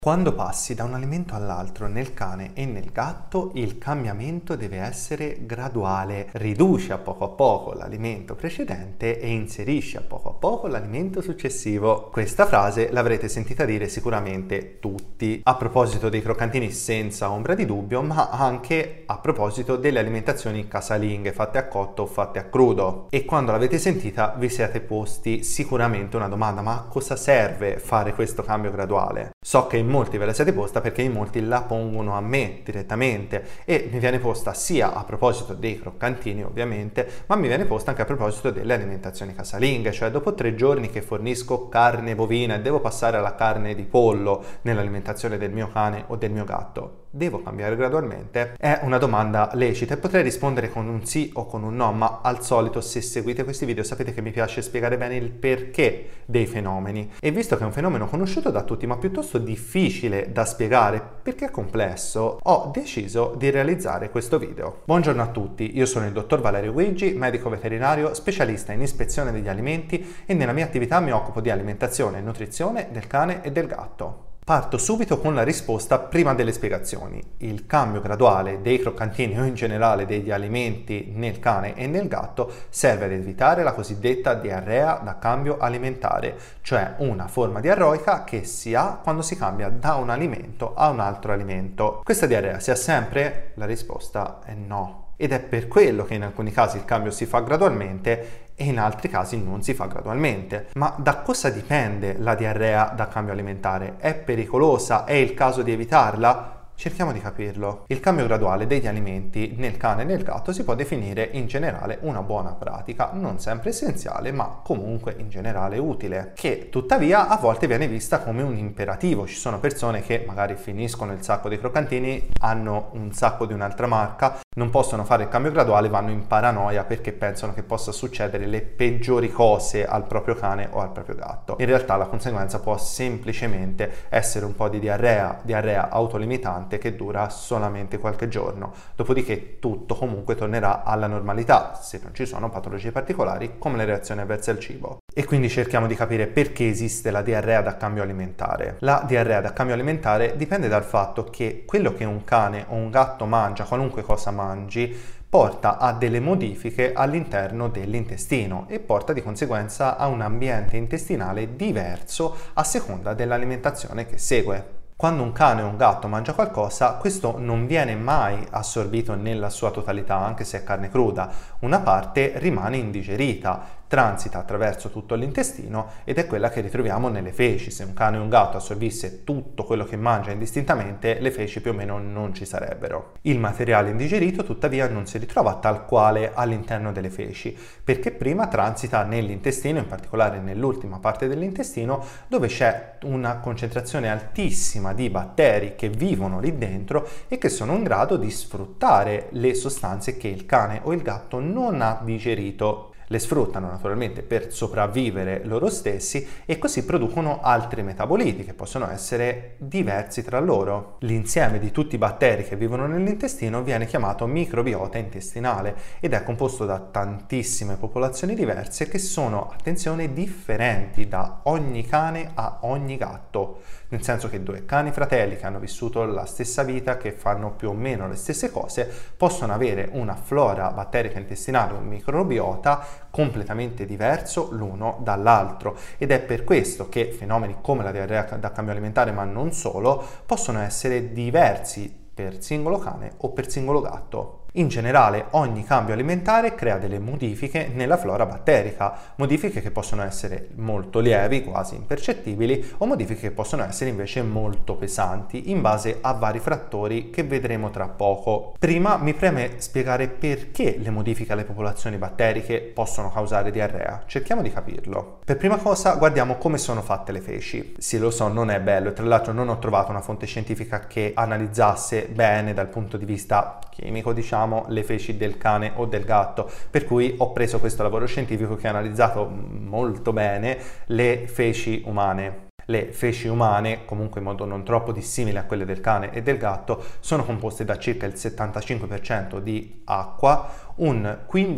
Quando passi da un alimento all'altro nel cane e nel gatto, il cambiamento deve essere graduale. Riduci a poco l'alimento precedente e inserisci a poco l'alimento successivo. Questa frase l'avrete sentita dire sicuramente tutti, a proposito dei croccantini senza ombra di dubbio, ma anche a proposito delle alimentazioni casalinghe, fatte a cotto o fatte a crudo. E quando l'avete sentita vi siete posti sicuramente una domanda: ma a cosa serve fare questo cambio graduale? So che in molti ve la siete posta, perché in molti la pongono a me direttamente e mi viene posta sia a proposito dei croccantini ovviamente, ma mi viene posta anche a proposito delle alimentazioni casalinghe, cioè dopo 3 giorni che fornisco carne bovina e devo passare alla carne di pollo nell'alimentazione del mio cane o del mio gatto, devo cambiare gradualmente? È una domanda lecita e potrei rispondere con un sì o con un no, ma al solito se seguite questi video sapete che mi piace spiegare bene il perché dei fenomeni, e visto che è un fenomeno conosciuto da tutti ma piuttosto difficile da spiegare perché è complesso, ho deciso di realizzare questo video. Buongiorno a tutti, io sono il dottor Valerio Guigi, medico veterinario, specialista in ispezione degli alimenti, e nella mia attività mi occupo di alimentazione e nutrizione del cane e del gatto. Parto subito con la risposta prima delle spiegazioni. Il cambio graduale dei croccantini o in generale degli alimenti nel cane e nel gatto serve ad evitare la cosiddetta diarrea da cambio alimentare, cioè una forma diarroica che si ha quando si cambia da un alimento a un altro alimento. Questa diarrea si ha sempre? La risposta è no. Ed è per quello che in alcuni casi il cambio si fa gradualmente e in altri casi non si fa gradualmente. Ma da cosa dipende la diarrea da cambio alimentare? È pericolosa? È il caso di evitarla? Cerchiamo di capirlo. Il cambio graduale degli alimenti nel cane e nel gatto si può definire in generale una buona pratica, non sempre essenziale, ma comunque in generale utile, che tuttavia a volte viene vista come un imperativo. Ci sono persone che magari finiscono il sacco dei croccantini, hanno un sacco di un'altra marca, non possono fare il cambio graduale, vanno in paranoia perché pensano che possa succedere le peggiori cose al proprio cane o al proprio gatto. In realtà la conseguenza può semplicemente essere un po' di diarrea autolimitante che dura solamente qualche giorno, dopodiché tutto comunque tornerà alla normalità se non ci sono patologie particolari come le reazioni avverse al cibo. E quindi cerchiamo di capire perché esiste la diarrea da cambio alimentare. La diarrea da cambio alimentare dipende dal fatto che quello che un cane o un gatto mangia, qualunque cosa mangi, porta a delle modifiche all'interno dell'intestino e porta di conseguenza a un ambiente intestinale diverso a seconda dell'alimentazione che segue. Quando un cane o un gatto mangia qualcosa, questo non viene mai assorbito nella sua totalità, anche se è carne cruda. Una parte rimane indigerita, transita attraverso tutto l'intestino ed è quella che ritroviamo nelle feci. Se un cane o un gatto assorbisse tutto quello che mangia indistintamente, le feci più o meno non ci sarebbero. Il materiale indigerito tuttavia non si ritrova tal quale all'interno delle feci, perché prima transita nell'intestino, in particolare nell'ultima parte dell'intestino, dove c'è una concentrazione altissima di batteri che vivono lì dentro e che sono in grado di sfruttare le sostanze che il cane o il gatto non ha digerito. Le sfruttano naturalmente per sopravvivere loro stessi e così producono altri metaboliti che possono essere diversi tra loro. L'insieme di tutti i batteri che vivono nell'intestino viene chiamato microbiota intestinale ed è composto da tantissime popolazioni diverse che sono, attenzione, differenti da ogni cane a ogni gatto. Nel senso che 2 cani fratelli che hanno vissuto la stessa vita, che fanno più o meno le stesse cose, possono avere una flora batterica intestinale, un microbiota completamente diverso l'uno dall'altro, ed è per questo che fenomeni come la diarrea da cambio alimentare, ma non solo, possono essere diversi per singolo cane o per singolo gatto. In generale ogni cambio alimentare crea delle modifiche nella flora batterica, modifiche che possono essere molto lievi, quasi impercettibili, o modifiche che possono essere invece molto pesanti, in base a vari fattori che vedremo tra poco. Prima mi preme spiegare perché le modifiche alle popolazioni batteriche possono causare diarrea. Cerchiamo di capirlo. Per prima cosa guardiamo come sono fatte le feci. Sì, lo so, non è bello, e tra l'altro non ho trovato una fonte scientifica che analizzasse bene dal punto di vista chimico, diciamo, le feci del cane o del gatto, per cui ho preso questo lavoro scientifico che ha analizzato molto bene le feci umane. Le feci umane, comunque in modo non troppo dissimile a quelle del cane e del gatto, sono composte da circa il 75% di acqua, un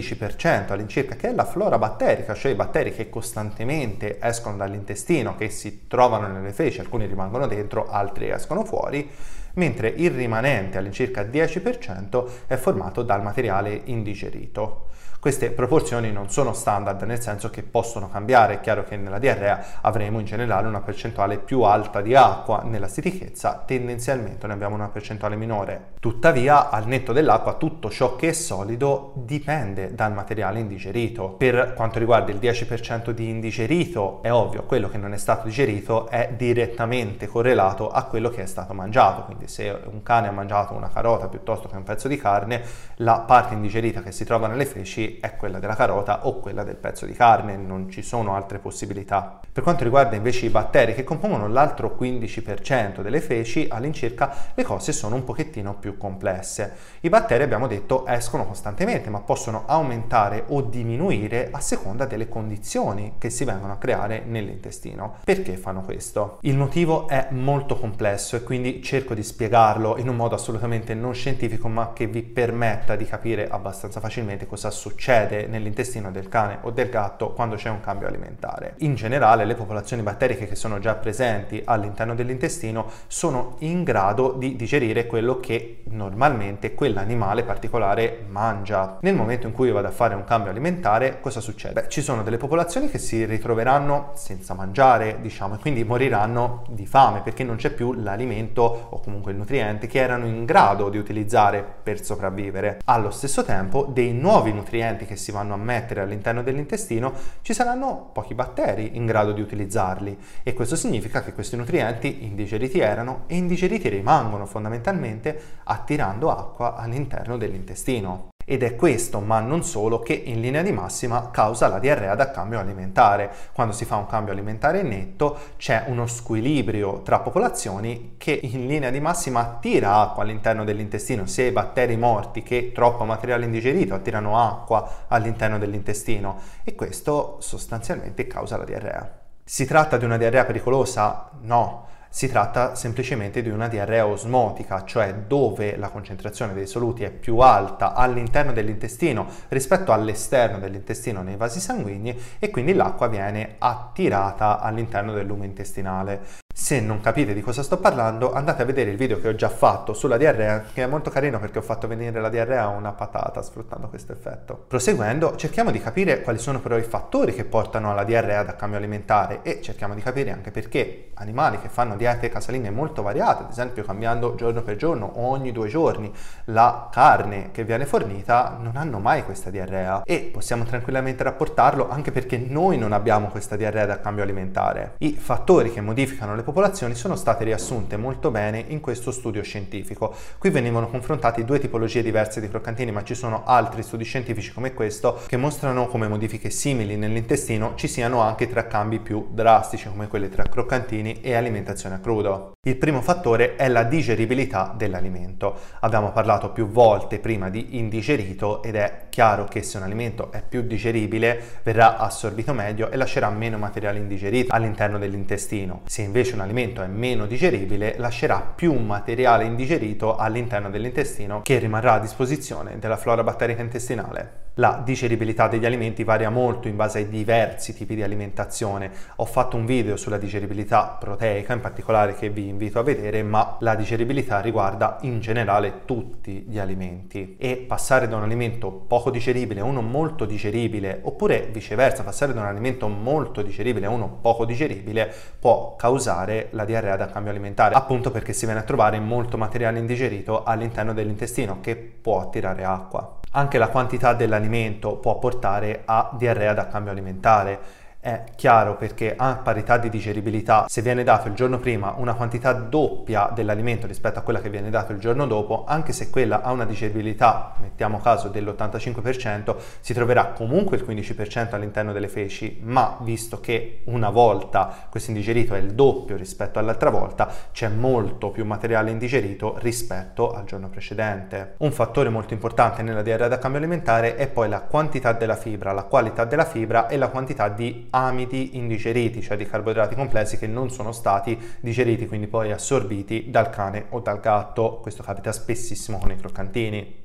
15% all'incirca, che è la flora batterica, cioè i batteri che costantemente escono dall'intestino, che si trovano nelle feci, alcuni rimangono dentro, altri escono fuori, mentre il rimanente all'incirca 10% è formato dal materiale indigerito. Queste proporzioni non sono standard, nel senso che possono cambiare. È chiaro che nella diarrea avremo in generale una percentuale più alta di acqua, nella stitichezza tendenzialmente ne abbiamo una percentuale minore. Tuttavia, al netto dell'acqua, tutto ciò che è solido dipende dal materiale indigerito. Per quanto riguarda il 10% di indigerito, è ovvio, quello che non è stato digerito è direttamente correlato a quello che è stato mangiato. Quindi se un cane ha mangiato una carota piuttosto che un pezzo di carne, la parte indigerita che si trova nelle feci è quella della carota o quella del pezzo di carne, non ci sono altre possibilità. Per quanto riguarda invece i batteri che compongono l'altro 15% delle feci, all'incirca le cose sono un pochettino più complesse. I batteri, abbiamo detto, escono costantemente, ma possono aumentare o diminuire a seconda delle condizioni che si vengono a creare nell'intestino. Perché fanno questo? Il motivo è molto complesso e quindi cerco di spiegarlo in un modo assolutamente non scientifico, ma che vi permetta di capire abbastanza facilmente cosa succede nell'intestino del cane o del gatto quando c'è un cambio alimentare. In generale, le popolazioni batteriche che sono già presenti all'interno dell'intestino sono in grado di digerire quello che normalmente quell'animale particolare mangia. Nel momento in cui io vado a fare un cambio alimentare, cosa succede? Ci sono delle popolazioni che si ritroveranno senza mangiare, diciamo, e quindi moriranno di fame perché non c'è più l'alimento o comunque il nutriente che erano in grado di utilizzare per sopravvivere. Allo stesso tempo, dei nuovi nutrienti che si vanno a mettere all'interno dell'intestino, ci saranno pochi batteri in grado di utilizzarli, e questo significa che questi nutrienti indigeriti erano e indigeriti rimangono, fondamentalmente attirando acqua all'interno dell'intestino. Ed è questo, ma non solo, che in linea di massima causa la diarrea da cambio alimentare. Quando si fa un cambio alimentare netto c'è uno squilibrio tra popolazioni che in linea di massima attira acqua all'interno dell'intestino. Se i batteri morti, che troppo materiale indigerito, attirano acqua all'interno dell'intestino, e questo sostanzialmente causa la diarrea. Si tratta di una diarrea pericolosa? No. Si tratta semplicemente di una diarrea osmotica, cioè dove la concentrazione dei soluti è più alta all'interno dell'intestino rispetto all'esterno dell'intestino nei vasi sanguigni, e quindi l'acqua viene attirata all'interno del lume intestinale. Se non capite di cosa sto parlando, andate a vedere il video che ho già fatto sulla diarrea, che è molto carino perché ho fatto venire la diarrea a una patata sfruttando questo effetto. Proseguendo, cerchiamo di capire quali sono però i fattori che portano alla diarrea da cambio alimentare, e cerchiamo di capire anche perché animali che fanno diete casalinge molto variate, ad esempio cambiando giorno per giorno o ogni 2 giorni la carne che viene fornita, non hanno mai questa diarrea, e possiamo tranquillamente rapportarlo anche perché noi non abbiamo questa diarrea da cambio alimentare. I fattori che modificano le popolazioni sono state riassunte molto bene in questo studio scientifico. Qui venivano confrontati 2 tipologie diverse di croccantini, ma ci sono altri studi scientifici come questo che mostrano come modifiche simili nell'intestino ci siano anche tra cambi più drastici, come quelli tra croccantini e alimentazione a crudo. Il primo fattore è la digeribilità dell'alimento. Abbiamo parlato più volte prima di indigerito, ed è chiaro che se un alimento è più digeribile verrà assorbito meglio e lascerà meno materiale indigerito all'interno dell'intestino. Se invece un alimento è meno digeribile, lascerà più materiale indigerito all'interno dell'intestino che rimarrà a disposizione della flora batterica intestinale. La digeribilità degli alimenti varia molto in base ai diversi tipi di alimentazione. Ho fatto un video sulla digeribilità proteica in particolare che vi invito a vedere, ma la digeribilità riguarda in generale tutti gli alimenti, e passare da un alimento poco digeribile a uno molto digeribile, oppure viceversa, passare da un alimento molto digeribile a uno poco digeribile, può causare la diarrea da cambio alimentare, appunto perché si viene a trovare molto materiale indigerito all'interno dell'intestino che può attirare acqua. Anche la quantità dell'alimento può portare a diarrea da cambio alimentare. È chiaro perché a parità di digeribilità, se viene dato il giorno prima una quantità doppia dell'alimento rispetto a quella che viene dato il giorno dopo, anche se quella ha una digeribilità, mettiamo caso, dell'85%, si troverà comunque il 15% all'interno delle feci, ma visto che una volta questo indigerito è il doppio rispetto all'altra volta, c'è molto più materiale indigerito rispetto al giorno precedente. Un fattore molto importante nella diarrea da cambio alimentare è poi la quantità della fibra, la qualità della fibra e la quantità di amidi indigeriti, cioè di carboidrati complessi che non sono stati digeriti, quindi poi assorbiti dal cane o dal gatto. Questo capita spessissimo con i croccantini.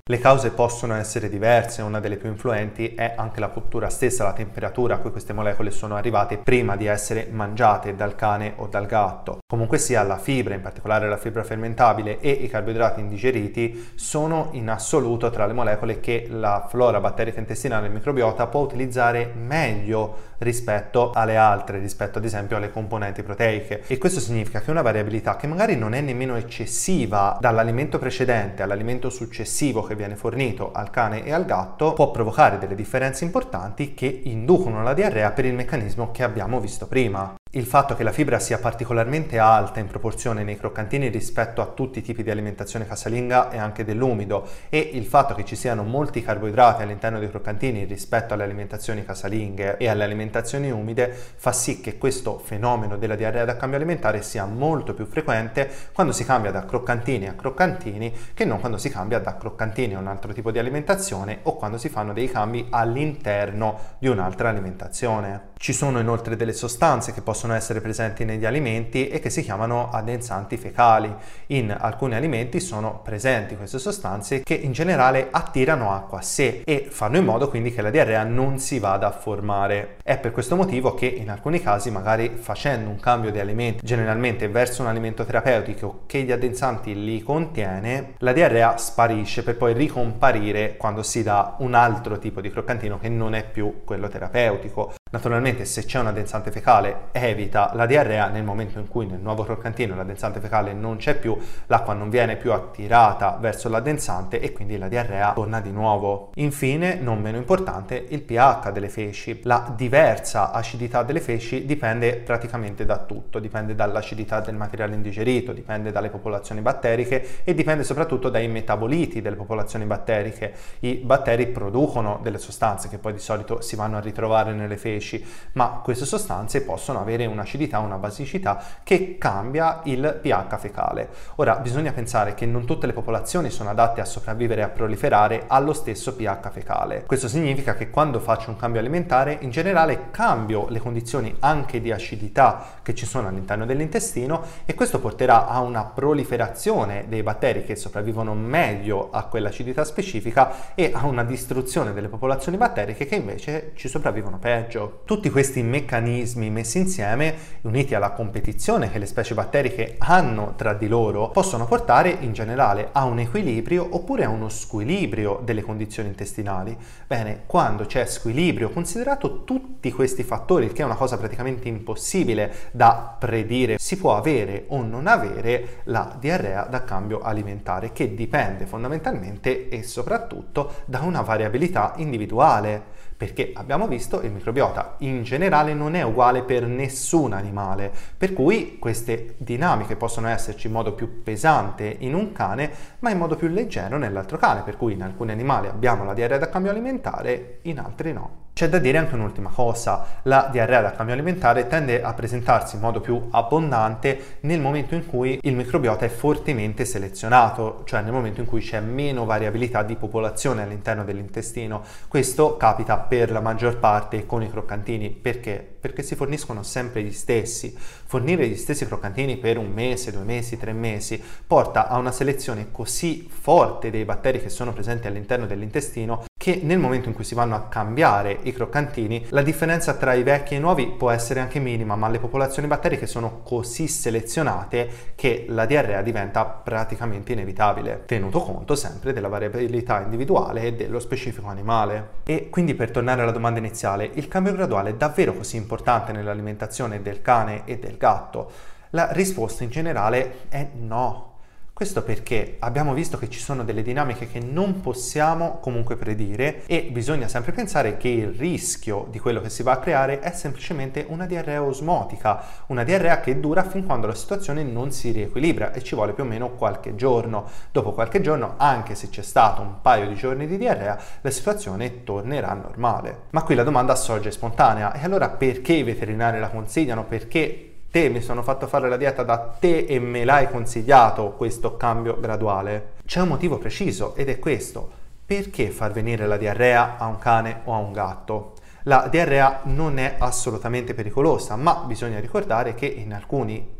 Le cause possono essere diverse, una delle più influenti è anche la cottura stessa, la temperatura a cui queste molecole sono arrivate prima di essere mangiate dal cane o dal gatto. Comunque sia, la fibra, in particolare la fibra fermentabile e i carboidrati indigeriti, sono in assoluto tra le molecole che la flora batterica intestinale del microbiota può utilizzare meglio rispetto alle altre, rispetto ad esempio alle componenti proteiche. E questo significa che una variabilità che magari non è nemmeno eccessiva dall'alimento precedente all'alimento successivo che viene fornito al cane e al gatto può provocare delle differenze importanti che inducono la diarrea per il meccanismo che abbiamo visto prima. Il fatto che la fibra sia particolarmente alta in proporzione nei croccantini rispetto a tutti i tipi di alimentazione casalinga e anche dell'umido, e il fatto che ci siano molti carboidrati all'interno dei croccantini rispetto alle alimentazioni casalinghe e alle alimentazioni umide fa sì che questo fenomeno della diarrea da cambio alimentare sia molto più frequente quando si cambia da croccantini a croccantini che non quando si cambia da croccantini a un altro tipo di alimentazione o quando si fanno dei cambi all'interno di un'altra alimentazione. Ci sono inoltre delle sostanze che possono essere presenti negli alimenti e che si chiamano addensanti fecali. In alcuni alimenti sono presenti queste sostanze che in generale attirano acqua a sé e fanno in modo quindi che la diarrea non si vada a formare. È per questo motivo che in alcuni casi, magari facendo un cambio di alimenti, generalmente verso un alimento terapeutico che gli addensanti li contiene, la diarrea sparisce per poi ricomparire quando si dà un altro tipo di croccantino che non è più quello terapeutico. Naturalmente, se c'è un addensante fecale, evita la diarrea. Nel momento in cui nel nuovo croccantino l'addensante fecale non c'è più, l'acqua non viene più attirata verso l'addensante e quindi la diarrea torna di nuovo. Infine, non meno importante, il pH delle feci. La diversa acidità delle feci dipende praticamente da tutto, dipende dall'acidità del materiale indigerito, dipende dalle popolazioni batteriche e dipende soprattutto dai metaboliti delle popolazioni batteriche. I batteri producono delle sostanze che poi di solito si vanno a ritrovare nelle feci, ma queste sostanze possono avere un'acidità, una basicità che cambia il pH fecale. Ora, bisogna pensare che non tutte le popolazioni sono adatte a sopravvivere e a proliferare allo stesso pH fecale. Questo significa che quando faccio un cambio alimentare, in generale cambio le condizioni anche di acidità che ci sono all'interno dell'intestino e questo porterà a una proliferazione dei batteri che sopravvivono meglio a quell'acidità specifica e a una distruzione delle popolazioni batteriche che invece ci sopravvivono peggio. Tutti questi meccanismi messi insieme, uniti alla competizione che le specie batteriche hanno tra di loro, possono portare in generale a un equilibrio oppure a uno squilibrio delle condizioni intestinali. Bene, quando c'è squilibrio, considerato tutti questi fattori, il che è una cosa praticamente impossibile da predire, si può avere o non avere la diarrea da cambio alimentare, che dipende fondamentalmente e soprattutto da una variabilità individuale. Perché abbiamo visto il microbiota in generale non è uguale per nessun animale, per cui queste dinamiche possono esserci in modo più pesante in un cane, ma in modo più leggero nell'altro cane, per cui in alcuni animali abbiamo la diarrea da cambio alimentare, in altri no. C'è da dire anche un'ultima cosa: la diarrea da cambio alimentare tende a presentarsi in modo più abbondante nel momento in cui il microbiota è fortemente selezionato, cioè nel momento in cui c'è meno variabilità di popolazione all'interno dell'intestino. Questo capita per la maggior parte con i croccantini. Perché? Perché si forniscono sempre gli stessi. Fornire gli stessi croccantini per un mese, 2 mesi, 3 mesi porta a una selezione così forte dei batteri che sono presenti all'interno dell'intestino che nel momento in cui si vanno a cambiare i croccantini, la differenza tra i vecchi e i nuovi può essere anche minima, ma le popolazioni batteriche sono così selezionate che la diarrea diventa praticamente inevitabile, tenuto conto sempre della variabilità individuale e dello specifico animale. E quindi, per tornare alla domanda iniziale, il cambio graduale è davvero così importante nell'alimentazione del cane e del gatto? La risposta in generale è no. Questo perché abbiamo visto che ci sono delle dinamiche che non possiamo comunque predire e bisogna sempre pensare che il rischio di quello che si va a creare è semplicemente una diarrea osmotica, una diarrea che dura fin quando la situazione non si riequilibra e ci vuole più o meno qualche giorno. Dopo qualche giorno, anche se c'è stato un paio di giorni di diarrea, la situazione tornerà normale. Ma qui la domanda sorge spontanea: e allora perché i veterinari la consigliano? Perché te mi sono fatto fare la dieta da te e me l'hai consigliato questo cambio graduale? C'è un motivo preciso ed è questo: perché far venire la diarrea a un cane o a un gatto? La diarrea non è assolutamente pericolosa, ma bisogna ricordare che in alcuni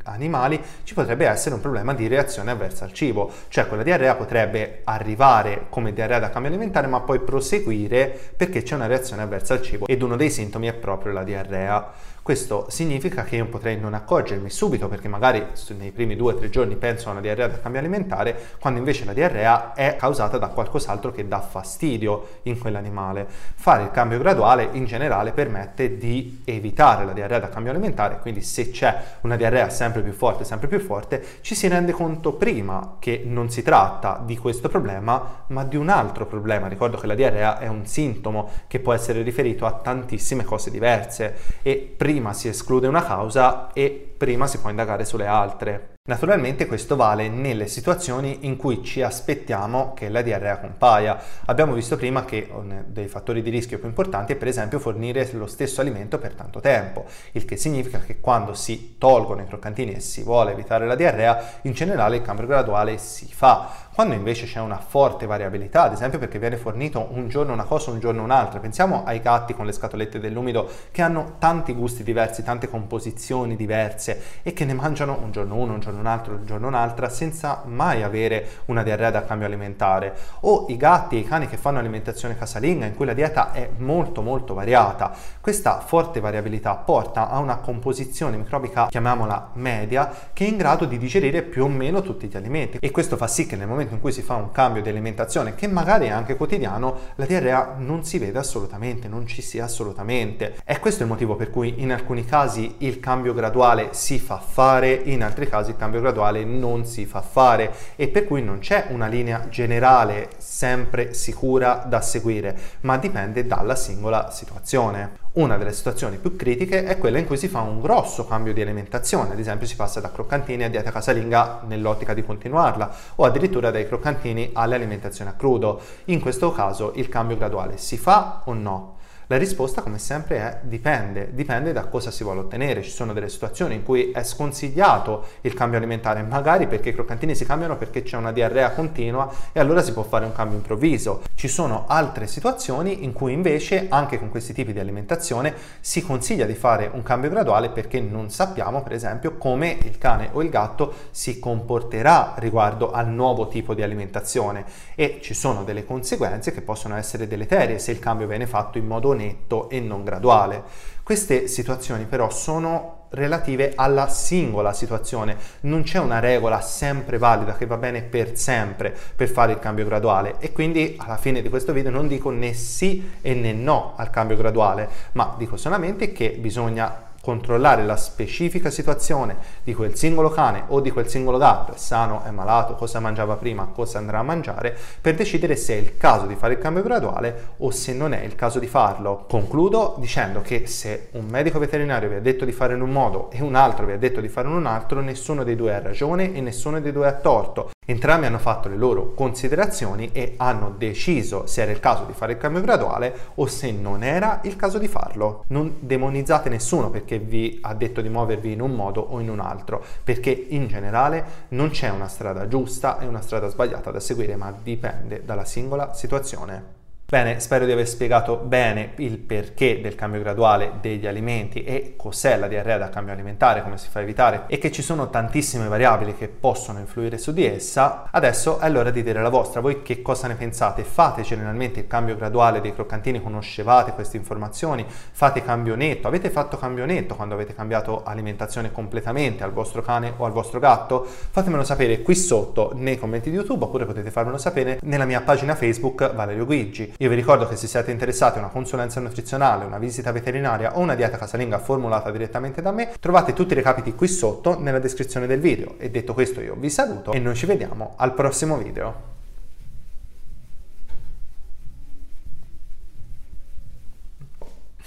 animali ci potrebbe essere un problema di reazione avversa al cibo, cioè quella diarrea potrebbe arrivare come diarrea da cambio alimentare ma poi proseguire perché c'è una reazione avversa al cibo ed uno dei sintomi è proprio la diarrea. Questo significa che io potrei non accorgermi subito perché magari nei primi 2 o 3 giorni penso a una diarrea da cambio alimentare, quando invece la diarrea è causata da qualcos'altro che dà fastidio in quell'animale. Fare il cambio graduale in generale permette di evitare la diarrea da cambio alimentare, quindi se c'è una diarrea sempre più forte, ci si rende conto prima che non si tratta di questo problema ma di un altro problema. Ricordo che la diarrea è un sintomo che può essere riferito a tantissime cose diverse e prima si esclude una causa e prima si può indagare sulle altre. Naturalmente questo vale nelle situazioni in cui ci aspettiamo che la diarrea compaia. Abbiamo visto prima che uno dei fattori di rischio più importanti è per esempio fornire lo stesso alimento per tanto tempo, il che significa che quando si tolgono i croccantini e si vuole evitare la diarrea, in generale il cambio graduale si fa. Quando invece c'è una forte variabilità, ad esempio perché viene fornito un giorno una cosa, un giorno un'altra, pensiamo ai gatti con le scatolette dell'umido che hanno tanti gusti diversi, tante composizioni diverse e che ne mangiano un giorno uno, un giorno un altro, un giorno un'altra senza mai avere una diarrea da cambio alimentare, o i gatti e i cani che fanno alimentazione casalinga in cui la dieta è molto variata. Questa forte variabilità porta a una composizione microbica, chiamiamola media, che è in grado di digerire più o meno tutti gli alimenti e questo fa sì che nel momento in cui si fa un cambio di alimentazione che magari è anche quotidiano, la diarrea non si vede assolutamente, non ci sia assolutamente. È questo il motivo per cui in alcuni casi il cambio graduale si fa fare, in altri casi il cambio graduale non si fa fare e per cui non c'è una linea generale sempre sicura da seguire, ma dipende dalla singola situazione. Una delle situazioni più critiche è quella in cui si fa un grosso cambio di alimentazione, ad esempio si passa da croccantini a dieta casalinga nell'ottica di continuarla o addirittura dai croccantini all'alimentazione a crudo. In questo caso il cambio graduale si fa o no? La risposta, come sempre, è dipende da cosa si vuole ottenere. Ci sono delle situazioni in cui è sconsigliato il cambio alimentare, magari perché i croccantini si cambiano perché c'è una diarrea continua e allora si può fare un cambio improvviso. Ci sono altre situazioni in cui invece, anche con questi tipi di alimentazione, si consiglia di fare un cambio graduale perché non sappiamo, per esempio, come il cane o il gatto si comporterà riguardo al nuovo tipo di alimentazione e ci sono delle conseguenze che possono essere deleterie se il cambio viene fatto in modo netto e non graduale. Queste situazioni però sono relative alla singola situazione, non c'è una regola sempre valida che va bene per sempre per fare il cambio graduale e quindi alla fine di questo video non dico né sì e né no al cambio graduale, ma dico solamente che bisogna controllare la specifica situazione di quel singolo cane o di quel singolo gatto, è sano, è malato, cosa mangiava prima, cosa andrà a mangiare, per decidere se è il caso di fare il cambio graduale o se non è il caso di farlo. Concludo dicendo che se un medico veterinario vi ha detto di fare in un modo e un altro vi ha detto di fare in un altro, nessuno dei due ha ragione e nessuno dei due ha torto. Entrambi hanno fatto le loro considerazioni e hanno deciso se era il caso di fare il cambio graduale o se non era il caso di farlo. Non demonizzate nessuno perché vi ha detto di muovervi in un modo o in un altro, perché in generale non c'è una strada giusta e una strada sbagliata da seguire, ma dipende dalla singola situazione. Bene, spero di aver spiegato bene il perché del cambio graduale degli alimenti e cos'è la diarrea da cambio alimentare, come si fa a evitare e che ci sono tantissime variabili che possono influire su di essa. Adesso è l'ora di dire la vostra. Voi che cosa ne pensate? Fate generalmente il cambio graduale dei croccantini? Conoscevate queste informazioni? Fate cambio netto? Avete fatto cambio netto quando avete cambiato alimentazione completamente al vostro cane o al vostro gatto? Fatemelo sapere qui sotto nei commenti di YouTube oppure potete farmelo sapere nella mia pagina Facebook Valerio Guigi. Io vi ricordo che se siete interessati a una consulenza nutrizionale, una visita veterinaria o una dieta casalinga formulata direttamente da me, trovate tutti i recapiti qui sotto nella descrizione del video. E detto questo io vi saluto e noi ci vediamo al prossimo video.